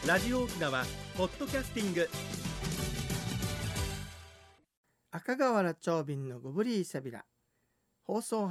ラジオ沖縄ポッドキャスティング。 赤瓦長瓶のゴブリーサビラ、放送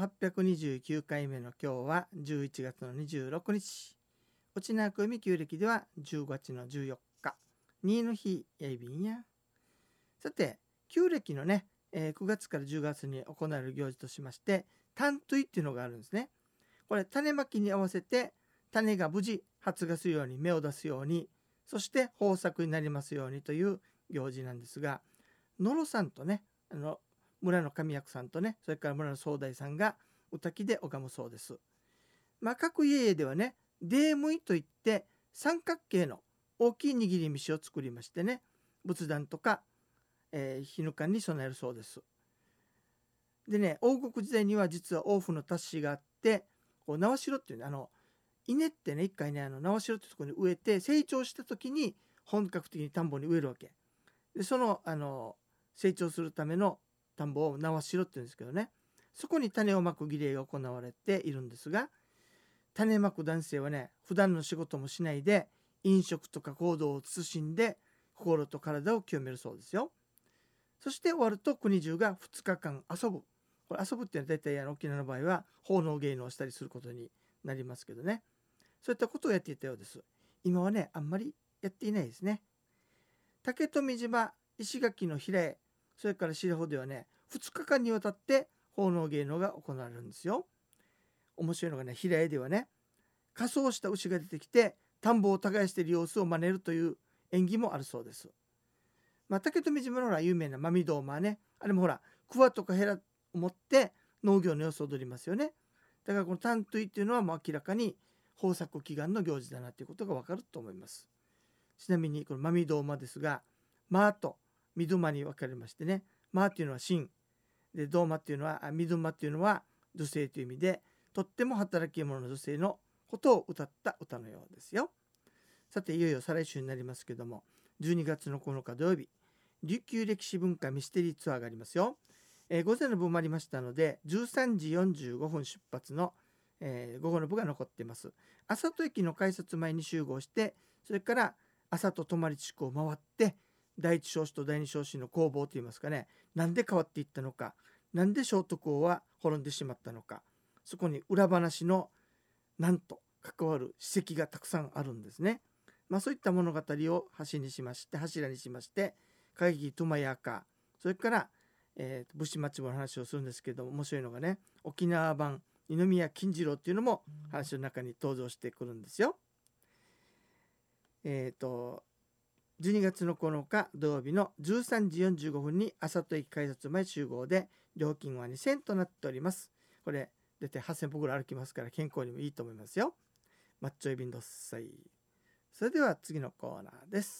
829回目の今日は11月の26日、沖縄海旧暦では10月の14日2の日やいびんや。さて旧暦のね、9月から10月に行われる行事としましてタントイっていうのがあるんですね。これ種まきに合わせて種が無事発芽するように芽を出すように、そして豊作になりますようにという行事なんですが、野呂さんとね、村の神役さんとね、それから村の総大さんが歌きで拝むそうです。各家々ではね、デームイといって三角形の大きい握り飯を作りましてね、仏壇とか、日ぬかに備えるそうです。でね、王国時代には実は王府の達しがあって、こう縄代っていうね、稲ってね、一回ね、縄代ってところに植えて成長した時に本格的に田んぼに植えるわけで、その成長するための田んぼを縄代って言うんですけどね、そこに種をまく儀礼が行われているんですが、種まく男性はね、普段の仕事もしないで飲食とか行動を慎んで心と体を清めるそうですよ。そして終わると国中が2日間遊ぶ。これ遊ぶっていうのは大体沖縄の場合は奉納芸能をしたりすることになりますけどね、そういったことをやっていたようです。今はね、あんまりやっていないですね。竹富島、石垣の平江、それから白穂ではね、2日間にわたって奉納芸能が行われるんですよ。面白いのがね、平江ではね、仮装した牛が出てきて田んぼを耕している様子を真似るという演技もあるそうです。竹富島のほら有名なマミドーマね、あれもほらクワとかヘラを持って農業の様子を踊りますよね。だからこのタントゥイっていうのはもう明らかに豊作祈願の行事だなということがわかると思います。ちなみにこのマミドーマですが、マーとミドマに分かれましてね、マーっていうのは神で、ドーマっていうのはミドマっていうのは女性という意味で、とっても働き者の女性のことを歌った歌のようですよ。さていよいよ再来週になりますけども、12月の9日土曜日、琉球歴史文化ミステリーツアーがありますよ。午前の部もありましたので13時45分出発の、午後の部が残っています。朝戸駅の改札前に集合して、それから朝と泊地区を回って第一少子と第二少子の攻防といいますかね、なんで変わっていったのか、なんで聖徳王は滅んでしまったのか、そこに裏話のなんと関わる史跡がたくさんあるんですね。そういった物語を柱にしまして、会議トマヤカ、それから、武士町の話をするんですけども、面白いのがね、沖縄版二宮金次郎っていうのも話の中に登場してくるんですよ。12月の9日土曜日の13時45分に朝戸駅改札前集合で、料金は2000円となっております。これ大体8000歩ぐらい歩きますから健康にもいいと思いますよ。マッチョイビンドッサイ。それでは次のコーナーです。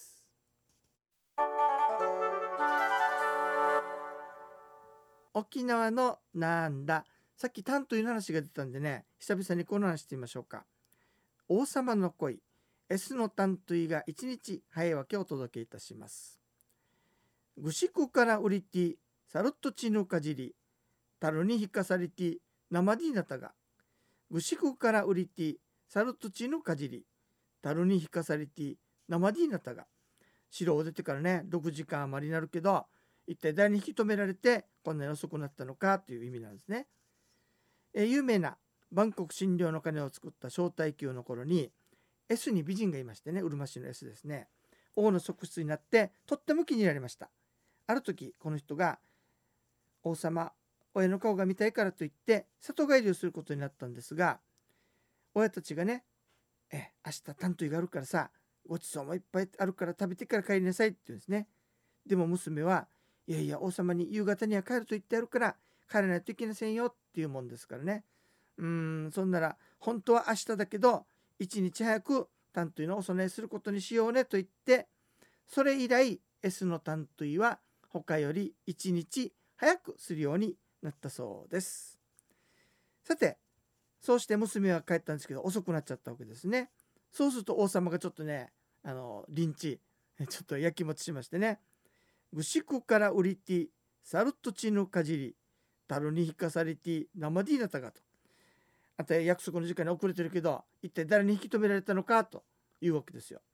沖縄のなんだ、さっきタンという話が出たんでね、久々にこの話してみましょうか。王様の恋 S のタントイが一日早いわけをお届けいたします。ぐしくからうりてサルッとちぬかじりたるにひかされて生ディーナタが、ぐしくからうりてサルッとちぬかじりたるにひかされて生ディーナタが、城を出てからね6時間余りになるけど、一体誰に引き止められてこんなに遅くなったのかという意味なんですね。有名なバンコク診療の鐘を作った招待宮の頃に S に美人がいましてね、うるま市の S ですね、王の側室になってとっても気に入られました。ある時この人が、王様、親の顔が見たいからと言って里帰りをすることになったんですが、親たちがね、明日担当があるからさ、ごちそうもいっぱいあるから食べてから帰りなさいって言うんですね。でも娘は、いやいや王様に夕方には帰ると言ってやるから帰らないといけませんよっていうもんですからね。そんなら本当は明日だけど一日早く担当のお供えすることにしようねと言って、それ以来 S の担当は他より一日早くするようになったそうです。さてそうして娘は帰ったんですけど遅くなっちゃったわけですね。そうすると王様がちょっとね、リンチちょっとやきもちしましてね、ぐしくからうりてサルトチのかじりたるに引かされて生ディーナタがと、あた約束の時間に遅れてるけど一体誰に引き止められたのかというわけですよ。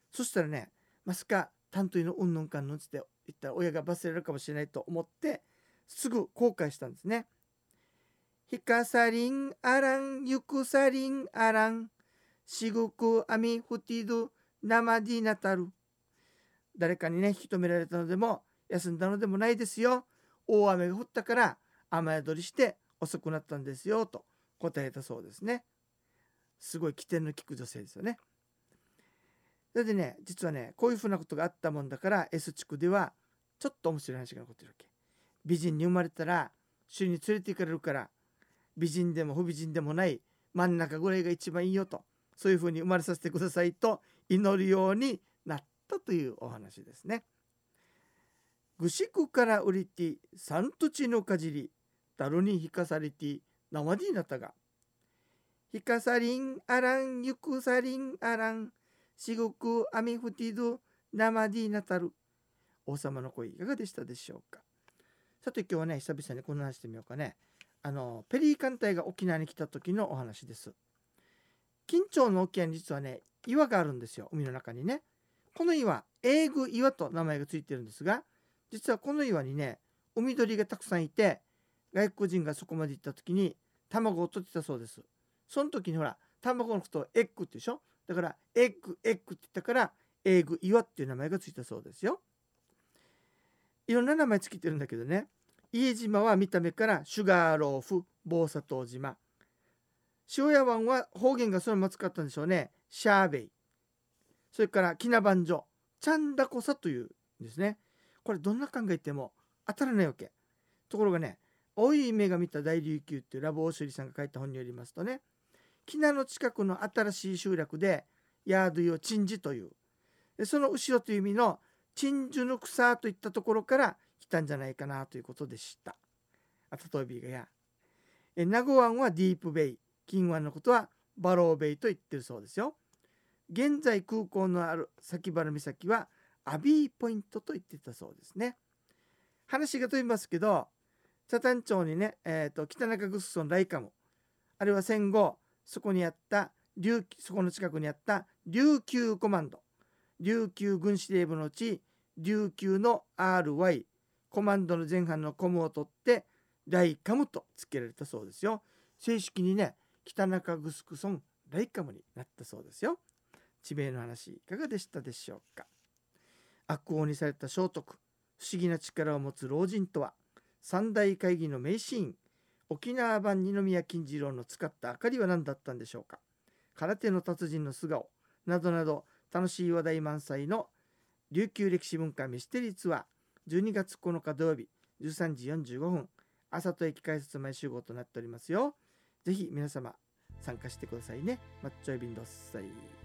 そしたらね、まさか担当医のうんぬんかんぬんって言ったら親が罰せられるかもしれないと思ってすぐ後悔したんですね。ひかさりんあらんゆくさりんあらんしぐくあみふてぃど生でなたる。誰かにね引き止められたのでも休んだのでもないですよ。大雨が降ったから雨宿りして遅くなったんですよと答えたそうですね。すごい起点の利く女性ですよね。それでね、実はね、こういうふうなことがあったもんだから S 地区ではちょっと面白い話が残ってるわけ。美人に生まれたら主に連れて行かれるから、美人でも不美人でもない真ん中ぐらいが一番いいよと、そういうふうに生まれさせてくださいと祈るようになったというお話ですね。ぐしくからうりて三土のかじりだるにひかされて生でなったが、ひかさりんあらんゆくさりんあらんしごくあみふてど生でなたる。王様の声いかがでしたでしょうか。さて今日はね、久々にこの話してみようかね。ペリー艦隊が沖縄に来た時のお話です。金町の沖合に実はね岩があるんですよ、海の中にね。この岩英具岩と名前がついてるんですが、実はこの岩にね海鳥がたくさんいて、外国人がそこまで行った時に卵を取ってたそうです。その時にほら卵のことをエッグってでしょ、だからエッグって言ったから英具岩っていう名前がついたそうですよ。いろんな名前つけてるんだけどね、伊江島は見た目からシュガーローフ、棒砂糖島、塩屋湾は方言がそのまま使ったんでしょうね、シャーベイ、それからキナバンジョ、チャンダコサというんですね。これどんな考えても当たらないわけ。ところがね、青い目が見た大琉球っていうラボオシュリさんが書いた本によりますとね、キナの近くの新しい集落でヤードヨチンジという、その後ろという意味のチンジュの草といったところから来たんじゃないかなということでした。あたとびがや名護湾はディープベイ、金湾のことはバローベイと言ってるそうですよ。現在空港のある先原岬はアビーポイントと言ってたそうですね。話が飛びますけど、北谷町にね、北中城村ライカム、あるいは戦後そこにあったそこの近くにあった琉球コマンド、琉球軍司令部のうち琉球の RY コマンドの前半のコムを取ってライカムと付けられたそうですよ。正式にね北中城村ライカムになったそうですよ。地名の話いかがでしたでしょうか。悪王にされた聖徳、不思議な力を持つ老人とは、三大会議の名シーン、沖縄版二宮金次郎の使った明かりは何だったんでしょうか。空手の達人の素顔などなど楽しい話題満載の琉球歴史文化ミステリーツアー、12月9日土曜日13時45分、朝と駅改札前集合となっておりますよ。ぜひ皆様参加してくださいね。マッチョイビンドッサイ。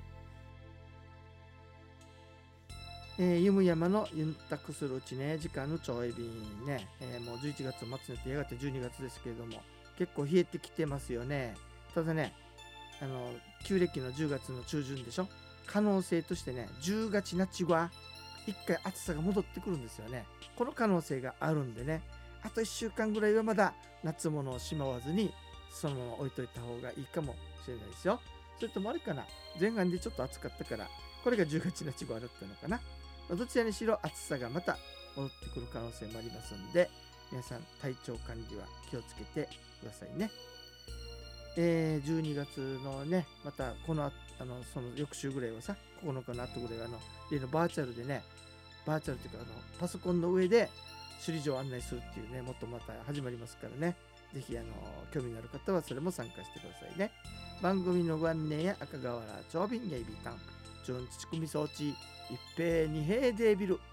ゆむ山のユンタクするうちね、時間のちょい便ね、もう11月末になってやがて12月ですけれども、結構冷えてきてますよね。ただね、旧暦の10月の中旬でしょ、可能性としてね、10月なちは一回暑さが戻ってくるんですよね。この可能性があるんでね、あと1週間ぐらいはまだ夏物をしまわずにそのまま置いといた方がいいかもしれないですよ。それともあれかな、前半でちょっと暑かったからこれが10月なち号だったのかな。どちらにしろ暑さがまた戻ってくる可能性もありますんで、皆さん体調管理は気をつけてくださいね。12月のね、またこのその翌週ぐらいはさ、9日の後ぐらいは例のバーチャルでね、バーチャルというかパソコンの上で首里城を案内するっていうね、もっとまた始まりますからね、ぜひ興味のある方はそれも参加してくださいね。番組のご案内や赤瓦長瓶やいびたん、ジョンチチクミ装置一平二平デービル